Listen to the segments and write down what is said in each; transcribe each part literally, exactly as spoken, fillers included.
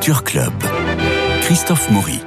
Culture Club. Christophe Maury.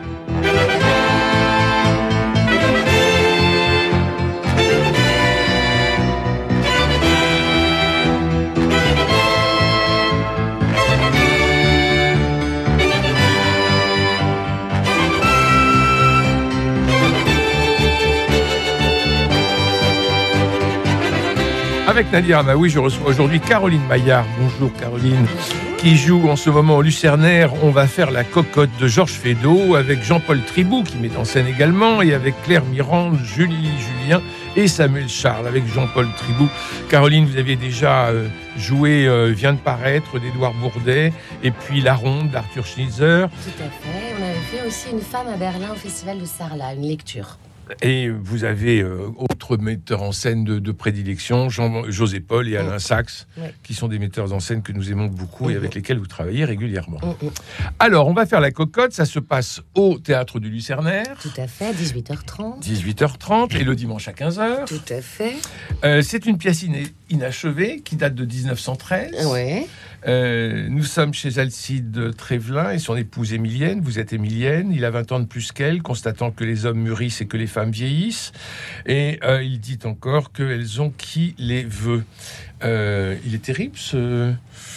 Avec Nadir Amaoui, je reçois aujourd'hui Caroline Maillard. Bonjour Caroline, qui joue en ce moment au Lucernaire. On va faire La Cocotte de Georges Feydeau avec Jean-Paul Tribout qui met en scène également, et avec Claire Mirande, Julie Julien et Samuel Charles avec Jean-Paul Tribout. Caroline, vous aviez déjà euh, joué euh, Vient de paraître d'Édouard Bourdet, et puis La Ronde d'Arthur Schnitzler. Tout à fait. On avait fait aussi Une femme à Berlin au Festival de Sarlat, une lecture. Et vous avez euh, autres metteurs en scène de, de prédilection, Jean, José Paul et Alain mmh. Sachs, mmh. qui sont des metteurs en scène que nous aimons beaucoup mmh. et avec lesquels vous travaillez régulièrement. Mmh. Alors, on va faire La Cocotte, ça se passe au Théâtre du Lucernaire. Tout à fait, dix-huit heures trente. dix-huit heures trente, et le dimanche à quinze heures. Tout à fait. Euh, c'est une pièce iné- inachevée qui date de dix-neuf cent treize. Oui. Euh, nous sommes chez Alcide Trévelin et son épouse Émilienne. Vous êtes Émilienne, il a vingt ans de plus qu'elle, constatant que les hommes mûrissent et que les femmes vieillissent. Et euh, il dit encore qu'elles ont qui les veut. Euh, il est terrible ce...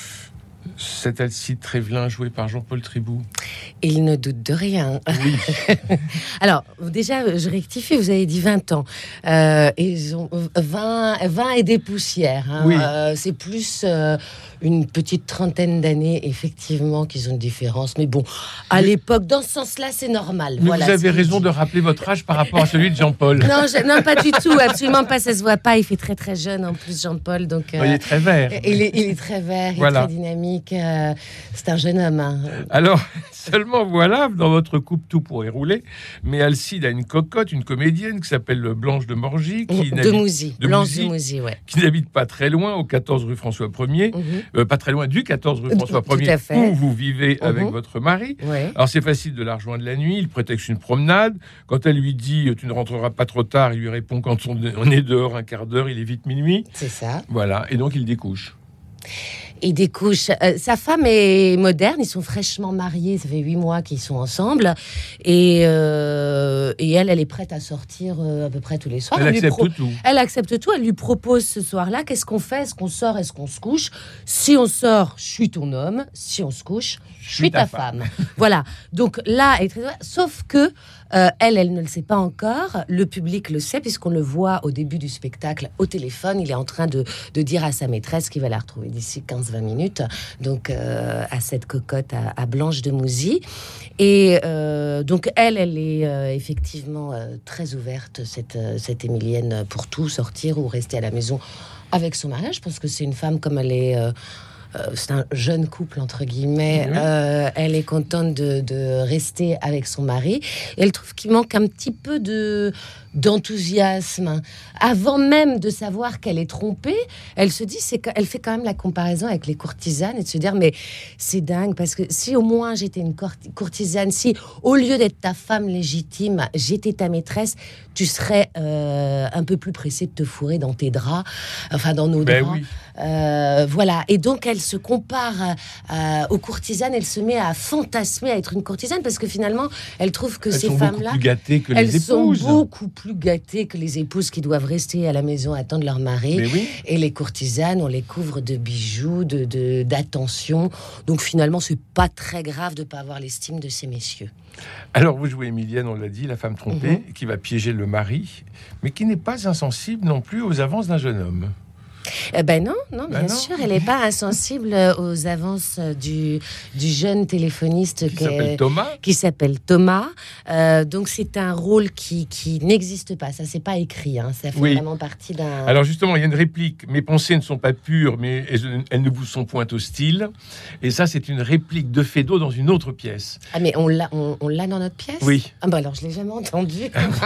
cet Alcide Trévelin joué par Jean-Paul Tribout. Il ne doute de rien. Oui. Alors, déjà, je rectifie, vous avez dit vingt ans. Euh, ils ont vingt, vingt et des poussières. Hein. Oui. Euh, c'est plus euh, une petite trentaine d'années, effectivement, qu'ils ont une différence. Mais bon, à mais, l'époque, dans ce sens-là, c'est normal. Mais voilà, vous avez raison de rappeler votre âge par rapport à celui de Jean-Paul. Non, je, non, pas du tout, absolument pas. Ça se voit pas. Il fait très très jeune en plus, Jean-Paul. Donc, euh, il est très vert. Il est, il est très vert, voilà. Il est très dynamique. Euh, c'est un jeune homme. Hein. Alors, seulement voilà, dans votre couple, tout pourrait rouler. Mais Alcide a une cocotte, une comédienne qui s'appelle Blanche de Morgy. Qui de Mouzy. De Blanche Mouzy, de Mouzy, ouais. Qui n'habite pas très loin, au quatorze rue François Ier. Mm-hmm. Euh, pas très loin du quatorze rue François Ier, où vous vivez mm-hmm. avec votre mari. Ouais. Alors, c'est facile de la rejoindre la nuit. Il prétexte une promenade. Quand elle lui dit « Tu ne rentreras pas trop tard », il lui répond « Quand on est dehors un quart d'heure, il est vite minuit. » C'est ça. Voilà. Et donc, il découche. Il découche. Euh, sa femme est moderne, ils sont fraîchement mariés, ça fait huit mois qu'ils sont ensemble. Et, euh, et elle, elle est prête à sortir euh, à peu près tous les soirs. Elle, elle accepte pro- tout. Elle accepte tout, elle lui propose ce soir-là, qu'est-ce qu'on fait ? Est-ce qu'on sort ? Est-ce qu'on se couche ? Si on sort, je suis ton homme. Si on se couche, je suis ta, ta femme. femme. Voilà. Donc là, elle est très... sauf que Euh, elle, elle ne le sait pas encore. Le public le sait puisqu'on le voit au début du spectacle au téléphone. Il est en train de, de dire à sa maîtresse qu'il va la retrouver d'ici quinze à vingt minutes. Donc, euh, à cette cocotte à, à Blanche de Mouzy. Et euh, donc, elle, elle est euh, effectivement euh, très ouverte, cette, euh, cette Émilienne, pour tout, sortir ou rester à la maison avec son mariage. Je pense que c'est une femme comme elle est... Euh, Euh, c'est un jeune couple, entre guillemets. Mmh. Euh, elle est contente de, de rester avec son mari. Et elle trouve qu'il manque un petit peu de, d'enthousiasme. Avant même de savoir qu'elle est trompée, elle se dit, c'est qu'elle fait quand même la comparaison avec les courtisanes et de se dire, mais c'est dingue, parce que si au moins j'étais une courtisane, si au lieu d'être ta femme légitime, j'étais ta maîtresse, tu serais euh, un peu plus pressée de te fourrer dans tes draps, enfin dans nos ben draps. Oui. Euh, voilà. Et donc, elle se compare euh, aux courtisanes, elle se met à fantasmer à être une courtisane parce que finalement, elle trouve que elles ces sont femmes-là, beaucoup plus gâtées que elles les épouses. sont beaucoup plus gâtées que les épouses qui doivent rester à la maison attendre leur mari. Oui. Et les courtisanes, on les couvre de bijoux, de, de, d'attention. Donc finalement, c'est pas très grave de pas avoir l'estime de ces messieurs. Alors, vous jouez Émilienne, on l'a dit, la femme trompée, mm-hmm. qui va piéger le mari, mais qui n'est pas insensible non plus aux avances d'un jeune homme. Euh, ben non, non, ben bien non. sûr, elle n'est pas insensible aux avances du, du jeune téléphoniste qui s'appelle Thomas. Qui s'appelle Thomas. Euh, donc c'est un rôle qui, qui n'existe pas. Ça, c'est pas écrit. Hein. Ça fait oui. vraiment partie d'un. Alors justement, il y a une réplique. Mes pensées ne sont pas pures, mais elles, elles ne vous sont point hostiles. Et ça, c'est une réplique de Feydeau dans une autre pièce. Ah mais on l'a, on, on l'a dans notre pièce. Oui. Ah bah alors je l'ai jamais entendu.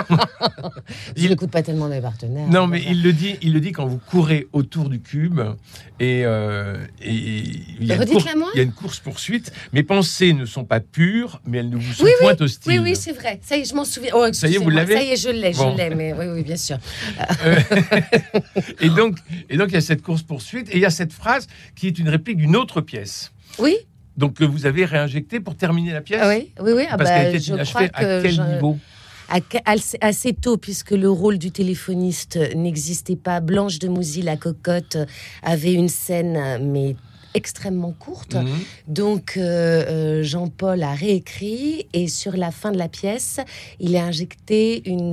Je il... n'écoute pas tellement mes partenaires. Non, mais il le dit. Il le dit quand vous courez autour du cube et, euh, et, et il, y a course, il y a une course poursuite. Mes pensées ne sont pas pures, mais elles ne vous sont oui, point oui, hostiles. Oui, oui, c'est vrai. Ça y est, je m'en souviens. Oh, ça y est, vous l'avez. Ça y est, je l'ai, bon. je l'ai. Mais oui, oui, bien sûr. Euh, et donc, et donc, il y a cette course poursuite et il y a cette phrase qui est une réplique d'une autre pièce. Oui. Donc que vous avez réinjecté pour terminer la pièce. Ah oui, oui, oui. Ah Parce bah, qu'elle était je inachevée. crois que À quel je- niveau? À- assez- assez tôt, puisque le rôle du téléphoniste n'existait pas. Blanche de Mouzy, la cocotte, avait une scène, mais extrêmement courte. Mhm. Donc, euh, euh, Jean-Paul a réécrit, et sur la fin de la pièce, il a injecté une...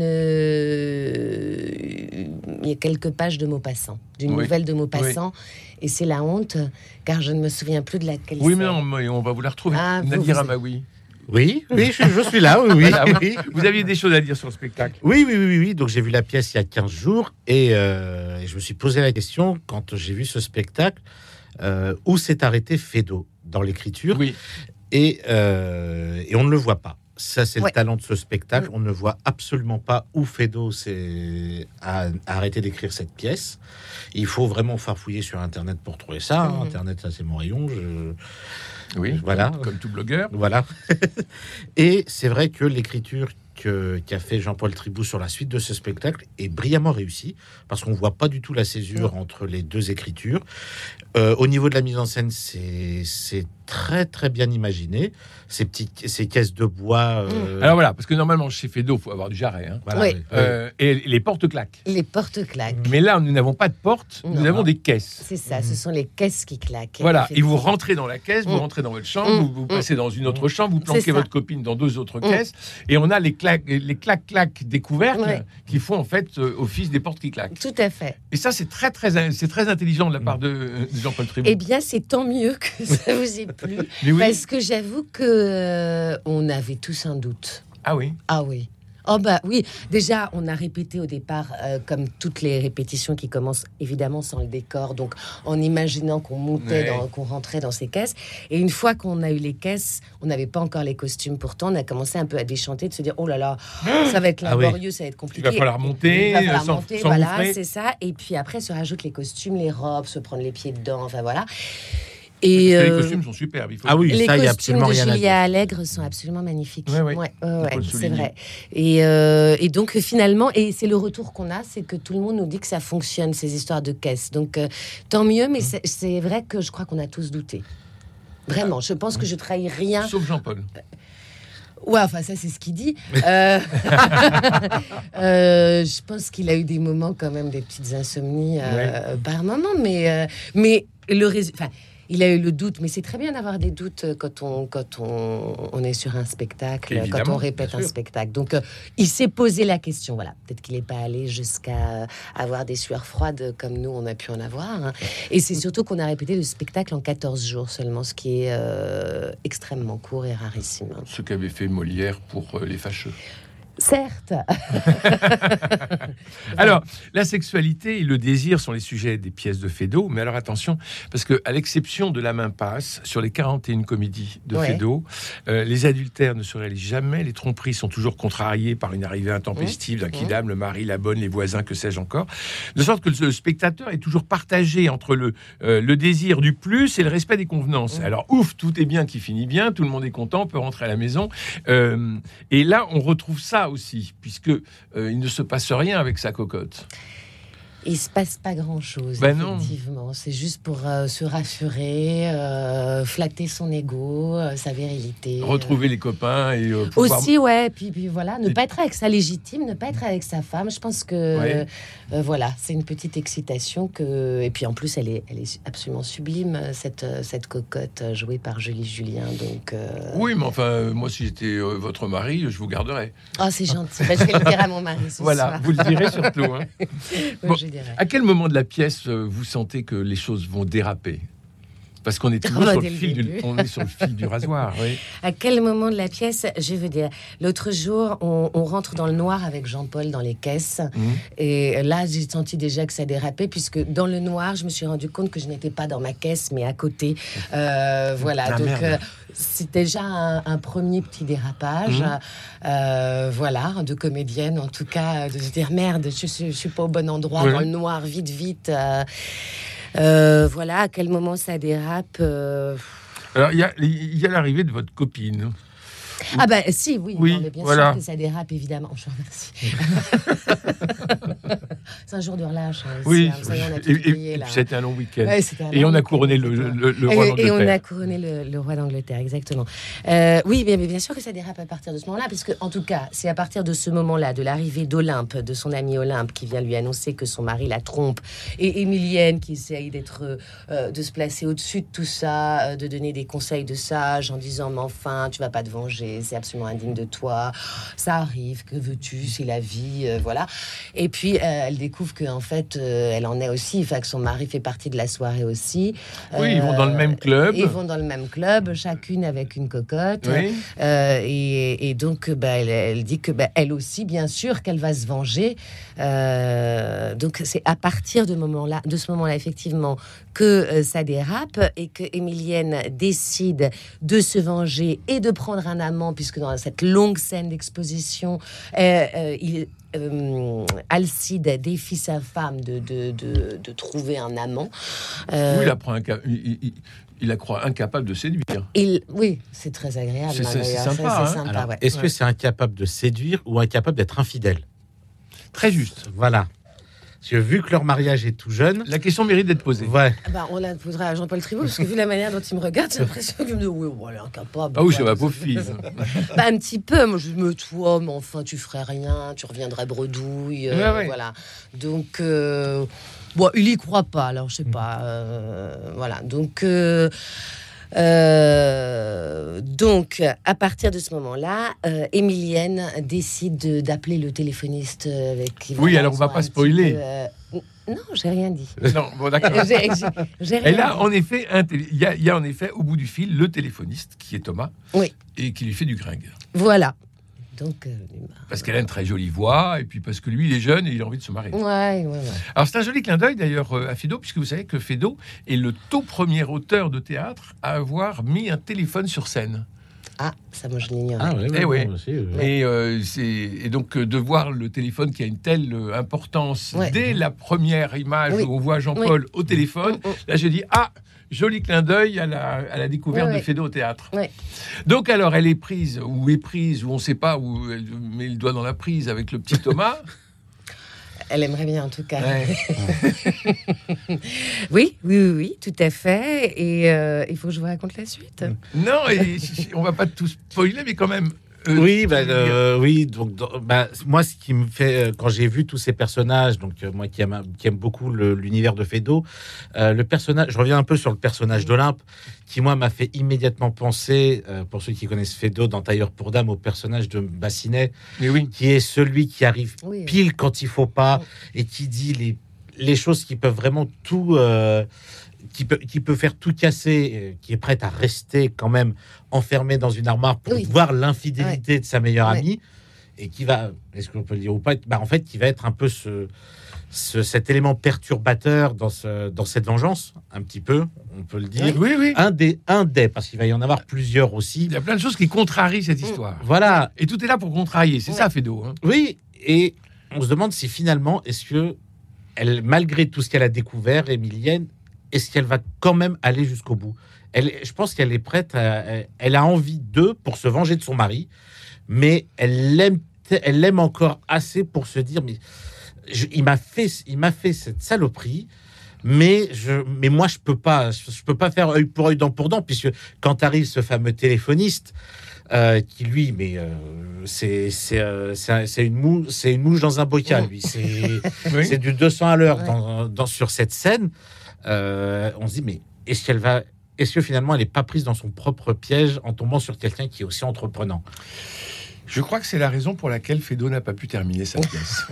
euh, il y a quelques pages de Maupassant, d'une Oui. nouvelle de Maupassant. Et c'est la honte, car je ne me souviens plus de laquelle Oui, c'est. mais non, mais on va vous la retrouver. Ah, vous, Nadir vous- Amaoui. Oui, oui, je, je suis là, oui, oui. Voilà, oui. Vous aviez des choses à dire sur le spectacle. Oui, oui, oui, oui. Donc j'ai vu la pièce il y a quinze jours et, euh, et je me suis posé la question quand j'ai vu ce spectacle euh, où s'est arrêté Feydeau dans l'écriture Oui. et, euh, et on ne le voit pas. Ça, c'est Ouais. le talent de ce spectacle. On ne voit absolument pas où Feydeau s'est a, a arrêté d'écrire cette pièce. Il faut vraiment farfouiller sur Internet pour trouver ça. hein. Mhm. Internet, ça, c'est mon rayon. Je... Oui, Voilà. comme, comme tout blogueur. Voilà. Et c'est vrai que l'écriture que, qu'a fait Jean-Paul Tribou sur la suite de ce spectacle est brillamment réussie, parce qu'on voit pas du tout la césure Non. entre les deux écritures. Euh, au niveau de la mise en scène, c'est, c'est très très bien imaginé. Ces petites, ces caisses de bois. euh, Alors voilà, parce que normalement, chez Feydeau, il faut avoir du jarret. Hein. voilà, Oui. ouais. Euh, et les portes claquent. Les portes claquent. Mais là, nous n'avons pas de porte, nous Non. avons des caisses. C'est ça, ce sont les caisses qui claquent. Voilà, et vous Effectivement. rentrez dans la caisse, vous Mm. rentrez dans votre chambre, Mm. vous, vous passez dans une autre chambre, vous planquez ça. votre copine dans deux autres Mm. caisses, et on a les claques, les clac-clac des couvercles Ouais. qui font en fait euh, office des portes qui claquent. Tout à fait. Et ça, c'est très, très, c'est très intelligent de la part de, de Jean-Paul Tribou. Eh bien, c'est tant mieux que ça vous ait plu. Mais oui. Parce que j'avoue que euh, on avait tous un doute. Ah oui. Ah oui. Oh bah oui, déjà on a répété au départ, euh, comme toutes les répétitions qui commencent évidemment sans le décor, donc en imaginant qu'on montait, Ouais. dans, qu'on rentrait dans ces caisses. Et une fois qu'on a eu les caisses, on n'avait pas encore les costumes. Pourtant, on a commencé un peu à déchanter, de se dire oh là là, ça va être Ah oui. laborieux, ça va être compliqué. Il va falloir monter, Il va falloir sans- monter, sans voilà, moufler. c'est ça. Et puis après se rajoutent les costumes, les robes, se prendre les pieds dedans, enfin voilà. Parce Et que les euh, costumes sont superbes. Il faut... Ah oui, les ça, il y a costumes absolument de rien à dire. Julia Allègre sont absolument magnifiques. Ouais, ouais. Ouais, ouais, faut ouais, le c'est souligner. vrai. Et, euh, et donc finalement, et c'est le retour qu'on a, c'est que tout le monde nous dit que ça fonctionne, ces histoires de caisses. Donc euh, tant mieux, Mmh. mais c'est, c'est vrai que je crois qu'on a tous douté. Vraiment, je pense que je trahis rien. Sauf Jean-Paul. Ouais, enfin ça c'est ce qu'il dit. Euh, euh, je pense qu'il a eu des moments quand même, des petites insomnies euh, par moment, mais euh, mais le résultat. Il a eu le doute, mais c'est très bien d'avoir des doutes quand on, quand on, on est sur un spectacle, Évidemment, quand on répète bien un sûr. spectacle. Donc, euh, il s'est posé la question. Voilà, peut-être qu'il n'est pas allé jusqu'à euh, avoir des sueurs froides comme nous, on a pu en avoir. hein. Et c'est surtout qu'on a répété le spectacle en quatorze jours seulement, ce qui est euh, extrêmement court et rarissime. hein. Ce qu'avait fait Molière pour euh, les fâcheux. Certes. Alors, la sexualité et le désir sont les sujets des pièces de Feydeau, mais alors attention, parce que à l'exception de La Main passe, sur les quarante et une comédies de Ouais. Feydeau, euh, les adultères ne se réalisent jamais, les tromperies sont toujours contrariées par une arrivée intempestive d'un kidam, le mari, la bonne, les voisins, que sais-je encore, de sorte que le spectateur est toujours partagé entre le, euh, le désir du plus et le respect des convenances. Alors, ouf, tout est bien qui finit bien, tout le monde est content, on peut rentrer à la maison, euh, et là, on retrouve ça aussi, puisque euh, il ne se passe rien avec sa cocotte. Il se passe pas grand-chose, Ben non. effectivement. C'est juste pour euh, se rassurer, euh, flatter son ego, euh, sa virilité. Retrouver les copains et euh, pouvoir... Aussi, ouais. Puis, puis voilà, ne Et- pas être avec sa légitime, ne pas être avec sa femme. Je pense que Ouais. euh, voilà, c'est une petite excitation que. Et puis en plus, elle est, elle est absolument sublime cette euh, cette cocotte euh, jouée par Julie Julien. Donc. euh, Oui, mais enfin, euh, moi, si j'étais euh, votre mari, je vous garderais. Oh, c'est gentil. Ben, je vais le dire à mon mari ce Voilà, soir. vous le direz surtout. hein. Ouais, Bon. je dirais. À quel moment de la pièce euh, vous sentez que les choses vont déraper? Parce qu'on est toujours bah, sur, dès le le fil du, début. on est sur le fil du rasoir. Oui. À quel moment de la pièce, je veux dire, l'autre jour, on, on rentre dans le noir avec Jean-Paul dans les caisses. Mhm. Et là, j'ai senti déjà que ça dérapait, puisque dans le noir, je me suis rendu compte que je n'étais pas dans ma caisse, mais à côté. Euh, voilà, Ah, donc merde. euh, c'est déjà un, un premier petit dérapage. Mhm. Euh, voilà, de comédienne, en tout cas, de se dire merde, je, suis- je suis pas au bon endroit, Ouais. dans le noir, vite, vite. euh, euh, voilà, à quel moment ça dérape. euh, Alors, il y a, il y a l'arrivée de votre copine. Ah ben si, oui, Oui, non, mais bien voilà. sûr que ça dérape, évidemment. Je vous remercie. C'est un jour de relâche. Hein, ici, Oui, hein. Ça y est, on a tout et, oublié, et là. puis c'était un long week-end. Ouais, c'était un Et long on a week-end, couronné le, exactement. le, le roi Et, et on a d'Angleterre. couronné le, le roi d'Angleterre, exactement. Euh, oui, mais, mais bien sûr que ça dérape à partir de ce moment-là, puisque en tout cas, c'est à partir de ce moment-là, de l'arrivée d'Olympe, de son ami Olympe, qui vient lui annoncer que son mari la trompe, et Émilienne qui essaye d'être, euh, de se placer au-dessus de tout ça, euh, de donner des conseils de sage en disant mais enfin, tu vas pas te venger, c'est absolument indigne de toi, ça arrive, que veux-tu, c'est la vie, euh, voilà. Et puis euh, elle découvre que en fait, euh, elle en est aussi, enfin que son mari fait partie de la soirée aussi. Oui, ils vont dans le même club. Ils vont dans le même club, chacune avec une cocotte. Oui. Euh, et, et donc, bah, elle, elle dit que bah, elle aussi, bien sûr, qu'elle va se venger. Euh, donc, c'est à partir de, moment-là, de ce moment-là, effectivement, que euh, ça dérape et que Émilienne décide de se venger et de prendre un amant, puisque dans cette longue scène d'exposition, euh, euh, il Euh, Alcide défie sa femme de, de, de, de trouver un amant. Euh, Oui, il, apprend inca- il, il, il la croit incapable de séduire. il, oui, c'est très agréable. C'est- hein, c'est- c'est d'ailleurs. sympa, Ça, hein. c'est sympa, Alors, ouais. est-ce Ouais. que c'est incapable de séduire ou incapable d'être infidèle? Très juste. Voilà. Parce que vu que leur mariage est tout jeune, La question mérite d'être posée. ouais. Ah bah, on la posera à Jean-Paul Tribault, parce que vu la manière dont il me regarde, j'ai l'impression qu'il me dit oui, bon, elle est incapable. Ah oui, quoi. c'est ma pauvre fille. Bah, un petit peu. Moi, je me toi, mais enfin, tu ferais rien, tu reviendrais bredouille. euh, Ouais, ouais. Voilà. Donc, euh, bon, il y croit pas, alors je sais pas. euh, voilà. Donc. Euh, euh, donc, à partir de ce moment-là, euh, Émilienne décide de- d'appeler le téléphoniste avec qui Oui, voilà, alors on va ils sont pas un petit spoiler. peu, euh, Non, j'ai rien dit. Non, bon, d'accord. J'ai- j'ai- j'ai rien Et là, dit. en effet, un télé- il y, a- il y a en effet au bout du fil le téléphoniste qui est Thomas Oui. et qui lui fait du gringue. Voilà. Donc, euh, Parce qu'elle a une très jolie voix et puis parce que lui, il est jeune et il a envie de se marier. ouais, ouais, ouais. Alors, c'est un joli clin d'œil d'ailleurs euh, à Feydeau, puisque vous savez que Feydeau est le tout premier auteur de théâtre à avoir mis un téléphone sur scène. Ah, ça, moi, je l'ignore. Ah ouais, Eh oui. moi aussi, euh, Et, euh, c'est, et donc, euh, de voir le téléphone qui a une telle euh, importance Ouais. dès la première image Oui. où on voit Jean-Paul au téléphone, Mm, mm. là, je dis ah, joli clin d'œil à la, à la découverte Ouais, de ouais. Feydeau au théâtre. Ouais. Donc, alors, elle est prise, ou est prise, ou on ne sait pas, où elle met le doigt dans la prise avec le petit Thomas. Elle aimerait bien, en tout cas. Ouais. Oui, oui, oui, oui, tout à fait. Et euh, il faut que je vous raconte la suite. Non, et, on va pas tout spoiler, mais quand même. euh, Oui, bah, tu- euh, oui. Donc, dans- bah, moi, ce qui me fait, euh, quand j'ai vu tous ces personnages, donc euh, moi qui aime, qui aime beaucoup le- l'univers de Feydeau, euh, le personnage, je reviens un peu sur le personnage d'Olympe, qui moi m'a fait immédiatement penser, euh, pour ceux qui connaissent Feydeau dans Tailleur pour Dame, au personnage de Bassinet, Mais oui. qui est celui qui arrive Oui. pile quand il faut pas et qui dit les, les choses qui peuvent vraiment tout, euh, qui peut, qui peut faire tout casser, euh, qui est prête à rester quand même enfermé dans une armoire pour Oui. voir l'infidélité de sa meilleure Ouais. amie et qui va, est-ce qu'on peut le dire ou pas, bah, en fait, qui va être un peu ce, ce- cet élément perturbateur dans, ce, dans cette vengeance, un petit peu, on peut le dire. Oui, oui. Un des, un des, parce qu'il va y en avoir plusieurs aussi. Il y a plein de choses qui contrarient cette histoire. Voilà, Et tout est là pour contrarier. C'est Ouais. ça, Feydeau. Hein. oui, et on se demande si finalement, est-ce que, elle, malgré tout ce qu'elle a découvert, Émilienne, est-ce qu'elle va quand même aller jusqu'au bout? Elle, je pense qu'elle est prête, à- elle, elle a envie d'eux pour se venger de son mari, mais elle l'aime, elle l'aime encore assez pour se dire, mais je- il m'a fait, il m'a fait cette saloperie. Mais, je, mais moi, je peux pas, je, je peux pas faire œil pour œil, dent pour dent, puisque quand arrive ce fameux téléphoniste, euh, qui lui, mais euh, c'est c'est euh, c'est un- c'est une mouche, c'est une mouche dans un bocal, lui. C'est Oui. c'est du deux cents à l'heure Ouais. dans, dans- sur cette scène. Euh, on se dit, mais est-ce qu'elle va, est-ce que finalement elle n'est pas prise dans son propre piège en tombant sur quelqu'un qui est aussi entreprenant? Je crois que c'est la raison pour laquelle Feydeau n'a pas pu terminer sa pièce.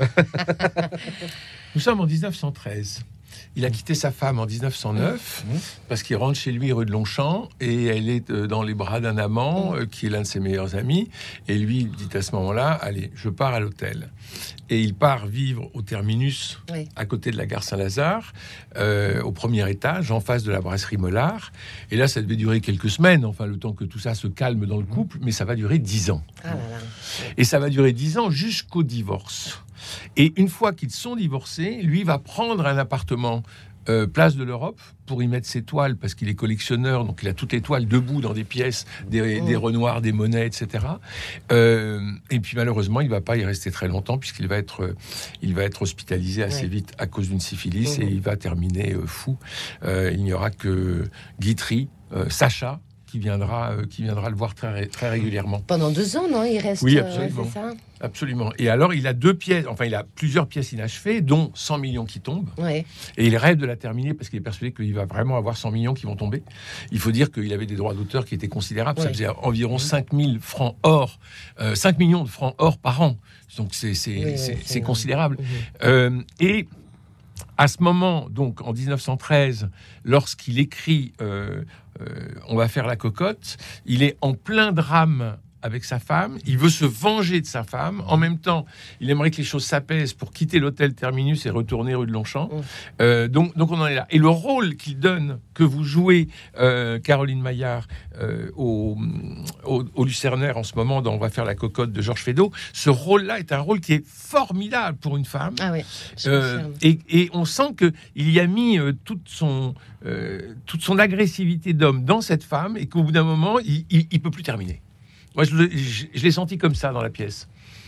Nous sommes en dix-neuf cent treize. Il a quitté sa femme en dix-neuf cent neuf Mmh. parce qu'il rentre chez lui rue de Longchamp et elle est euh, dans les bras d'un amant euh, qui est l'un de ses meilleurs amis. Et lui dit à ce moment-là, allez, je pars à l'hôtel. Et il part vivre au terminus, Oui. à côté de la gare Saint-Lazare, euh, au premier étage, en face de la brasserie Mollard. Et là, ça devait durer quelques semaines, enfin le temps que tout ça se calme dans le couple, mais ça va durer dix ans. Ah là là. Et ça va durer dix ans jusqu'au divorce. Et une fois qu'ils sont divorcés, lui va prendre un appartement euh, place de l'Europe, pour y mettre ses toiles, parce qu'il est collectionneur, donc il a toutes les toiles debout dans des pièces, des, mmh. des Renoirs, des Monet, et cetera. Euh, et puis malheureusement, il ne va pas y rester très longtemps, puisqu'il va être, il va être hospitalisé assez ouais. vite à cause d'une syphilis, mmh. et il va terminer euh, fou. Euh, il n'y aura que Guitry, euh, Sacha, qui viendra, euh, qui viendra le voir très, très régulièrement. Pendant deux ans, non? Il reste... Oui, absolument. Euh, c'est ça Absolument. Et alors, il a deux pièces, enfin, il a plusieurs pièces inachevées, dont cent millions qui tombent. Ouais. Et il rêve de la terminer parce qu'il est persuadé qu'il va vraiment avoir cent millions qui vont tomber. Il faut dire qu'il avait des droits d'auteur qui étaient considérables. Ouais. Ça faisait environ cinq mille francs or, euh, cinq millions de francs or par an. Donc, c'est, c'est, oui, c'est, c'est, c'est considérable. Oui. Euh, et à ce moment, donc, en dix-neuf cent treize, lorsqu'il écrit euh, euh, « On va faire la cocotte », il est en plein drame avec sa femme, il veut se venger de sa femme. En même temps, il aimerait que les choses s'apaisent pour quitter l'hôtel Terminus et retourner rue de Longchamp. Mmh. Euh, donc, donc on en est là. Et le rôle qu'il donne, que vous jouez, euh, Caroline Maillard, euh, au, au, au Lucernaire en ce moment, dans On va faire la cocotte de Georges Feydeau, ce rôle-là est un rôle qui est formidable pour une femme. Ah oui, euh, et, et on sent qu'il y a mis euh, toute, son, euh, toute son agressivité d'homme dans cette femme et qu'au bout d'un moment, il ne peut plus terminer. Moi, je, je, je l'ai senti comme ça dans la pièce.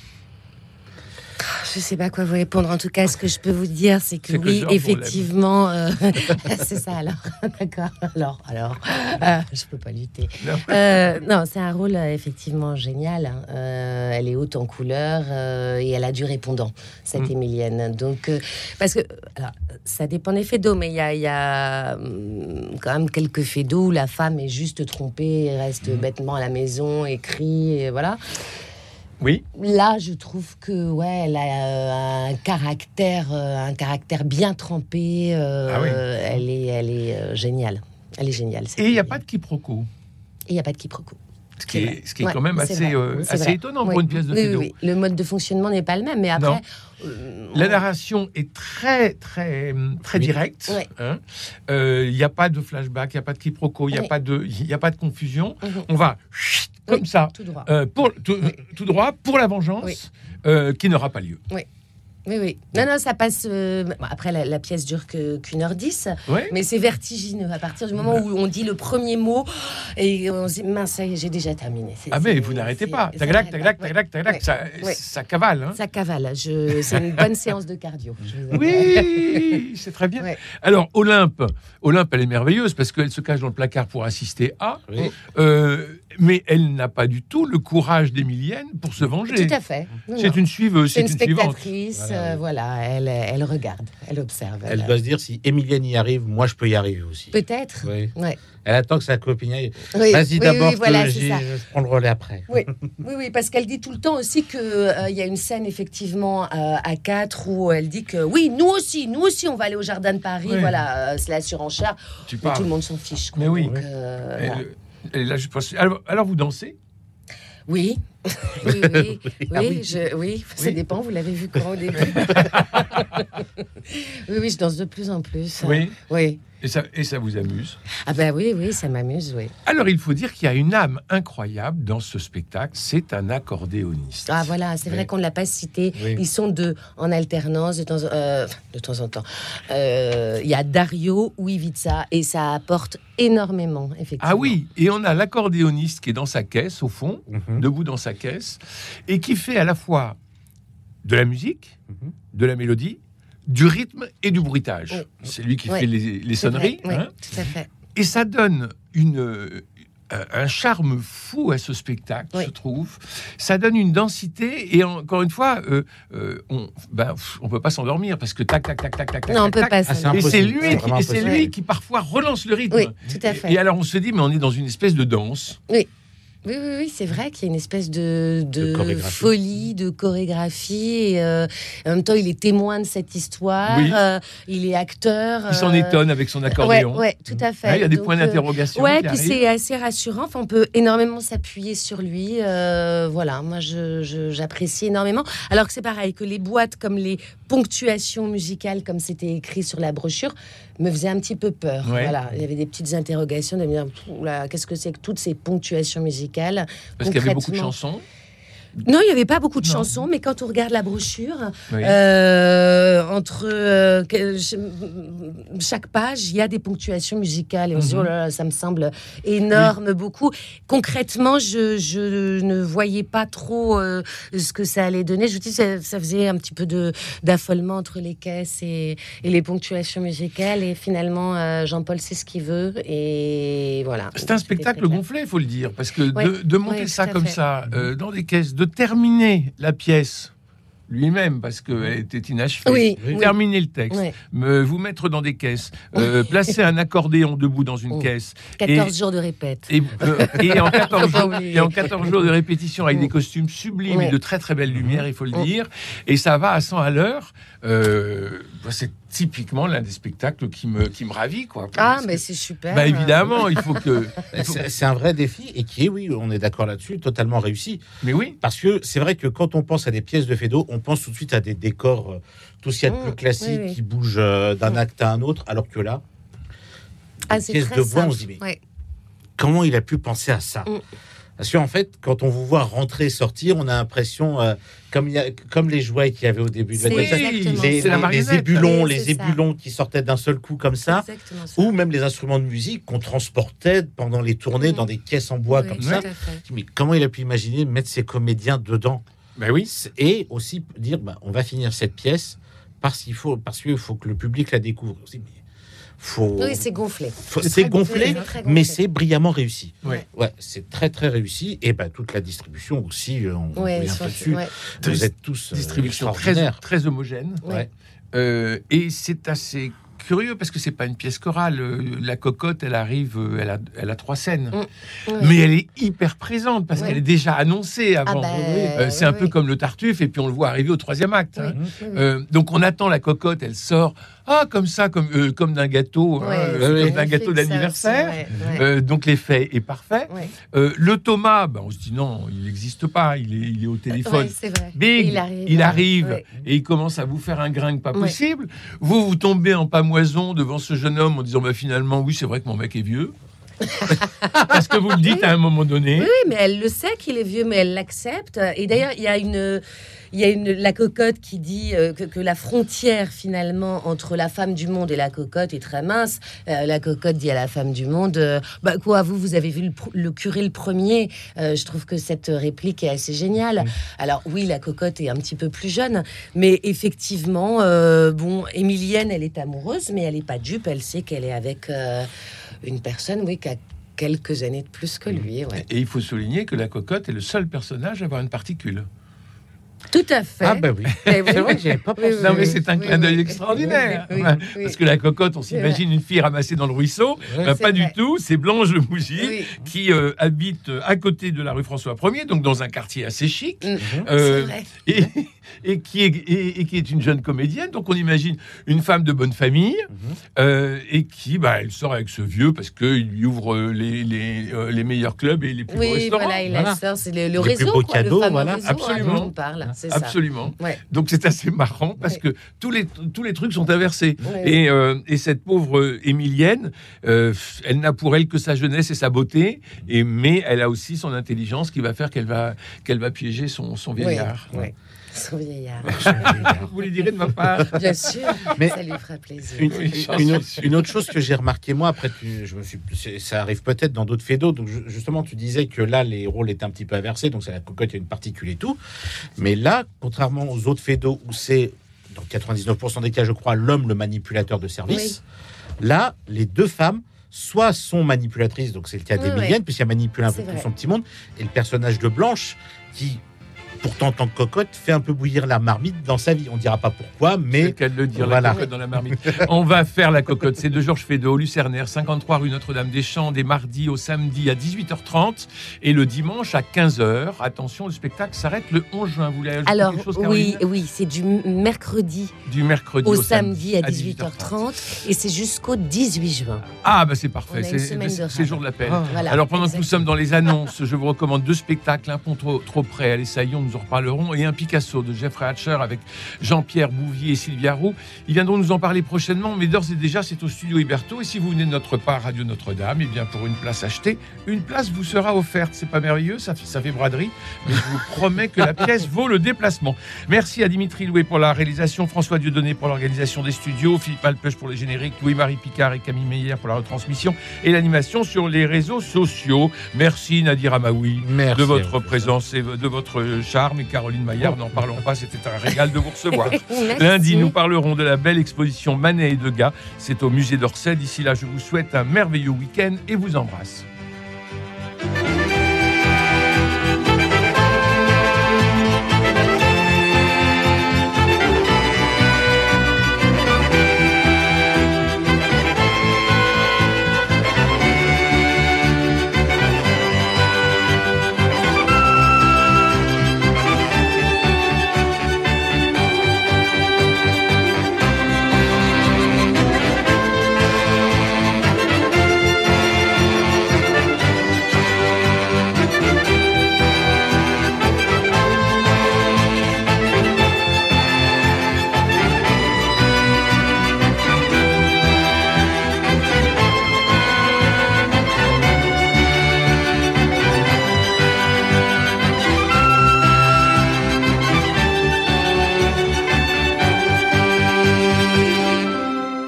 Je ne sais pas quoi vous répondre. En tout cas, ce que je peux vous dire, c'est que c'est oui, que effectivement, euh, c'est ça. Alors, d'accord. Alors, alors, euh, je peux pas lutter. Non, euh, non c'est un rôle euh, effectivement génial. Hein. Euh, elle est haute en couleur euh, et elle a du répondant, cette mmh. Émilienne. Donc, euh, parce que, alors, ça dépend des faits d'eau, mais il y a, y a hum, quand même quelques faits d'eau où la femme est juste trompée, reste mmh. bêtement à la maison, et crie, et voilà. Oui. Là, je trouve que ouais, elle a euh, un caractère, euh, un caractère bien trempé. Euh, ah oui. Elle est, elle est euh, géniale. Elle est géniale. Et il n'y a pas de quiproquo. Et il n'y a pas de quiproquo. Ce qui est, ce qui est ouais, quand même assez, euh, assez étonnant oui. pour une pièce de oui, Feydeau. Oui, oui. Le mode de fonctionnement n'est pas le même, mais après... Euh, La narration est très, très, très oui. directe. Il oui. hein. euh, n'y a pas de flashback, il n'y a pas de quiproquo, il n'y a, oui. a pas de confusion. Mm-hmm. On va chut, comme oui, ça, tout droit. Euh, pour, tout, oui. tout droit, pour la vengeance, oui. euh, qui n'aura pas lieu. Oui. Oui, oui. Non, non, ça passe... Euh... Bon, après, la, la pièce dure que, qu'une heure dix, ouais. mais c'est vertigineux. À partir du moment ouais. où on dit le premier mot, et on se dit, mince, ça y est, j'ai déjà terminé. C'est, ah, mais c'est, vous n'arrêtez pas. Tagalac, tagalac, tagalac, tagalac. Ça, ouais. ça cavale. Hein. Ça cavale. Je... C'est une bonne séance de cardio. Oui, c'est très bien. Ouais. Alors, Olympe, Olympe, elle est merveilleuse parce qu'elle se cache dans le placard pour assister à... Oui. Euh, mais elle n'a pas du tout le courage d'Émilienne pour se venger. Tout à fait. Non, c'est non. une suiveuse. C'est, c'est une, une spectatrice. Voilà, euh, voilà elle, elle regarde, elle observe. Elle, elle doit se dire, si Émilienne y arrive, moi, je peux y arriver aussi. Peut-être. Oui. Ouais. Elle attend que sa copine aille. Oui, Vas-y oui, d'abord, oui, voilà, je, je prends le relais après. Oui, oui, oui, parce qu'elle dit tout le temps aussi qu'il euh, y a une scène, effectivement, euh, à quatre, où elle dit que oui, nous aussi, nous aussi, on va aller au Jardin de Paris. Oui. Voilà, euh, c'est la surenchère. Tu mais tout le monde s'en fiche. Quoi, mais oui. Donc, euh, et voilà. le, et là, je pense... alors, alors, vous dansez? Oui. Oui, oui, oui, ah oui, je, oui, ça oui. dépend, vous l'avez vu quand au début. Oui, oui, je danse de plus en plus. Oui. Oui. Et ça, et ça vous amuse? Ah ben oui, oui, ça m'amuse, oui. Alors, il faut dire qu'il y a une âme incroyable dans ce spectacle. C'est un accordéoniste. Ah voilà, c'est oui. vrai qu'on ne l'a pas cité. Oui. Ils sont deux en alternance de temps, euh, de temps en temps. Euh, il y a Dario ou Ivica et ça apporte énormément, effectivement. Ah oui, et on a l'accordéoniste qui est dans sa caisse, au fond, mm-hmm. debout dans sa caisse, et qui fait à la fois de la musique, mm-hmm. de la mélodie, du rythme et du bruitage. Oui. C'est lui qui oui. fait les, les sonneries. Oui, hein. Tout à fait. Et ça donne une, un charme fou à ce spectacle, oui. je trouve. Ça donne une densité. Et encore une fois, euh, euh, on ben, on peut pas s'endormir parce que tac, tac, tac, tac, tac, non, on tac, peut pas. Ah, et c'est lui, c'est qui, et c'est lui qui parfois relance le rythme. Oui, tout à fait. Et, et alors on se dit, mais on est dans une espèce de danse. Oui. Oui, oui, oui, c'est vrai qu'il y a une espèce de, de, de folie, de chorégraphie. Et, euh, en même temps, il est témoin de cette histoire. Oui. Euh, il est acteur. Il s'en étonne avec son accordéon. Oui, ouais, tout à fait. Ouais, il y a des Donc, points d'interrogation. Oui, puis arrivent. C'est assez rassurant. Enfin, on peut énormément s'appuyer sur lui. Euh, voilà, moi, je, je, j'apprécie énormément. Alors que c'est pareil, que les boîtes comme les ponctuations musicales, comme c'était écrit sur la brochure, me faisaient un petit peu peur. Ouais. Voilà, il y avait des petites interrogations de me dire, là, qu'est-ce que c'est que toutes ces ponctuations musicales? Parce qu'il y avait beaucoup de chansons. Non, il n'y avait pas beaucoup de Non. chansons, mais quand on regarde la brochure, Oui. euh, entre euh, que- chaque page, il y a des ponctuations musicales. Et on se dit, Mhm. oh là là, ça me semble énorme, beaucoup. Concrètement, je, je ne voyais pas trop euh, ce que ça allait donner. Je vous dis, ça, ça faisait un petit peu de, d'affolement entre les caisses et, et les ponctuations musicales. Et finalement, euh, Jean-Paul sait ce qu'il veut. Et voilà. C'est un C'était spectacle très clair. gonflé, il faut le dire, parce que Ouais. de, de monter Ouais, ça tout à comme fait. ça, euh, dans des caisses, de terminer la pièce lui-même, parce qu'elle était inachevée, Oui, de oui. terminer le texte, Ouais. me, vous mettre dans des caisses, euh, placer un accordéon debout dans une Oh. caisse, quatorze Et- jours de répète. et, euh, et en quatorze Faut pas jours, oublier. et en quatorze jours de répétition avec Mm. des costumes sublimes Ouais. et de très très belles lumières, il faut le Mm. dire, et ça va à cent à l'heure. Euh, bah, c'est typiquement l'un des spectacles qui me, qui me ravit, quoi. Ah, Parce mais que- c'est super. bah, évidemment, il faut que... il faut- C'est c'est un vrai défi et qui est, oui, on est d'accord là-dessus, totalement réussi. Mais oui, Parce que c'est vrai que quand on pense à des pièces de Feydeau, on pense tout de suite à des décors, euh, tout ce qu'il y a de Mmh, plus classique, oui, oui. qui bougent euh, d'un Mmh. acte à un autre, alors que là, Ah, une c'est pièce très de voix, on simple. se dit, mais Ouais. comment il a pu penser à ça? Mm. Parce qu'en fait, quand on vous voit rentrer et sortir, on a l'impression, euh, comme, il y a, comme les jouets qu'il y avait au début de la C'est pièce, exactement les, c'est la les- les marionnette. ébulons, Oui, les c'est ça. ébulons qui sortaient d'un seul coup comme ça, Exactement ça. ou même les instruments de musique qu'on transportait pendant les tournées Mm. dans des caisses en bois Oui, comme tout ça. à fait. Mais comment il a pu imaginer mettre ses comédiens dedans? bah oui. Et aussi dire, bah, on va finir cette pièce parce qu'il faut, parce qu'il faut que le public la découvre. Aussi, mais faut, Oui, c'est gonflé. faut- c'est c'est très gonflé, gonflé, c'est très gonflé. mais c'est brillamment réussi. Ouais. Ouais, c'est très très réussi. Et ben toute la distribution aussi, euh, on Ouais, revient sur- pas dessus. ouais. Vous êtes tous euh, Distribution très, extraordinaires. très homogène. Ouais. Euh, et c'est assez curieux parce que c'est pas une pièce chorale. Euh, La cocotte, elle arrive, euh, elle a, elle a trois scènes. Mm. Ouais. Mais elle est hyper présente parce Ouais. qu'elle est déjà annoncée Ah avant. bah, Euh, c'est oui, un peu oui. comme le Tartuffe et puis on le voit arriver au troisième acte. hein. Oui, oui, oui. Euh, donc on attend la cocotte, elle sort, ah comme ça, comme euh, comme d'un gâteau, hein, Ouais, euh, c'est comme très d'un fait gâteau que ça d'anniversaire. aussi, ouais, ouais. Euh, donc l'effet est parfait. Ouais. Euh, le Thomas, bah, on se dit non, il n'existe pas, il est, il est au téléphone. Ouais, c'est vrai. Big, il arrive. il ouais, arrive ouais. et il commence à vous faire un gringue pas Ouais. possible. Vous, vous tombez en pamoison devant ce jeune homme en disant bah, finalement, oui, c'est vrai que mon mec est vieux. Parce que vous le dites à un moment donné. Oui, mais elle le sait qu'il est vieux, mais elle l'accepte. Et d'ailleurs, il y a une, il y a une la cocotte qui dit euh, que, que la frontière finalement entre la femme du monde et la cocotte est très mince. Euh, la cocotte dit à la femme du monde, euh, bah quoi, vous, vous avez vu le, pr- le curé le premier. Euh, je trouve que cette réplique est assez géniale. Mm. Alors oui, la cocotte est un petit peu plus jeune, mais effectivement, euh, bon, Émilienne, elle est amoureuse, mais elle est pas dupe. Elle sait qu'elle est avec euh, une personne, oui, qui a quelques années de plus que lui. Ouais. Et il faut souligner que la cocotte est le seul personnage à avoir une particule. Tout à fait. Ah ben oui. Mais oui. C'est vrai que j'avais pas Oui, pensé. oui, Non, mais oui, c'est un oui, clin d'œil oui. extraordinaire. Oui, oui, Ouais. oui. Parce que la cocotte, on s'imagine une fille ramassée dans le ruisseau. Ouais, Bah, c'est pas du vrai. tout. C'est Blanche de Mougy Oui. qui euh, habite à côté de la rue François Ier, donc dans un quartier assez chic. Mm. Euh, C'est vrai. et, et qui est, et, et qui est une jeune comédienne. Donc on imagine une femme de bonne famille Mhm. euh, et qui, bah, elle sort avec ce vieux parce qu'il lui ouvre euh, les, les, euh, les meilleurs clubs et les plus beaux Oui, restaurants. voilà, et la Voilà. sœur, c'est le, le Les réseau, plus beaux quoi, cadeaux, le fameux voilà. réseau, Absolument. hein, dont on parle, c'est ça. Absolument. Ouais. Donc c'est assez marrant parce Ouais. que tous les, tous les trucs sont inversés. Ouais, Et, euh, et cette pauvre euh, Émilienne, euh, elle n'a pour elle que sa jeunesse et sa beauté, et, mais elle a aussi son intelligence qui va faire qu'elle va, qu'elle va piéger son, son vieillard. Ouais, ouais. Son vieillard. Vous lui direz de ma part. Bien sûr, Mais- ça lui fera plaisir. Une, Oui, j'en une suis autre, sûr. une autre chose que j'ai remarqué moi après, tu- je me suis, c'est- ça arrive peut-être dans d'autres faits d'autres. Donc je- justement, tu disais que là les rôles étaient un petit peu inversés, donc c'est la cocotte, il y a une particule et tout. Mais là, contrairement aux autres faits d'eau où c'est dans quatre-vingt-dix-neuf pour cent des cas, je crois, l'homme le manipulateur de service. Là, les deux femmes soit sont manipulatrices, donc c'est le cas Oui, d'Emilienne, ouais. puisqu'elle manipule un C'est peu tout vrai. son petit monde, et le personnage de Blanche qui, pourtant en tant que cocotte, fait un peu bouillir la marmite dans sa vie. On dira pas pourquoi, C'est mais le cas de le dire, voilà. la cocotte dans la marmite. On va faire la cocotte. C'est de Georges Feydeau, Lucernaire, cinquante-trois rue Notre-Dame-des-Champs, des mardis au samedi à dix-huit heures trente et le dimanche à quinze heures. Attention, le spectacle s'arrête le onze juin. Vous voulez ajouter Alors, quelque chose, oui, Caroline oui, c'est du mercredi Du mercredi au, au, samedi à dix-huit heures trente et c'est jusqu'au dix-huit juin. Ah, bah c'est parfait. On a une C'est semaine de c'est- c'est rame. jour de l'appel. Ah. Voilà, Alors, pendant que nous exactement. sommes dans les annonces, je vous recommande deux spectacles. Un pont trop, trop près à l'Essaillon nous en reparlerons, et un Picasso de Jeffrey Hatcher avec Jean-Pierre Bouvier et Sylvia Roux. Ils viendront nous en parler prochainement, mais d'ores et déjà, c'est au studio Héberto. Et si vous venez de notre part, Radio Notre-Dame, et bien pour une place achetée, une place vous sera offerte. C'est pas merveilleux, ça fait, ça fait braderie, mais je vous promets que la pièce vaut le déplacement. Merci à Dimitri Louet pour la réalisation, François Dieudonné pour l'organisation des studios, Philippe Alpech pour les génériques, Louis-Marie Picard et Camille Meyer pour la retransmission et l'animation sur les réseaux sociaux. Merci Nadir Amaoui Merci de votre vous. présence et de votre charme. Et Caroline Maillard, n'en parlons pas, c'était un régal de vous recevoir. Merci. Lundi, nous parlerons de la belle exposition Manet et Degas. C'est au musée d'Orsay. D'ici là, je vous souhaite un merveilleux week-end et vous embrasse.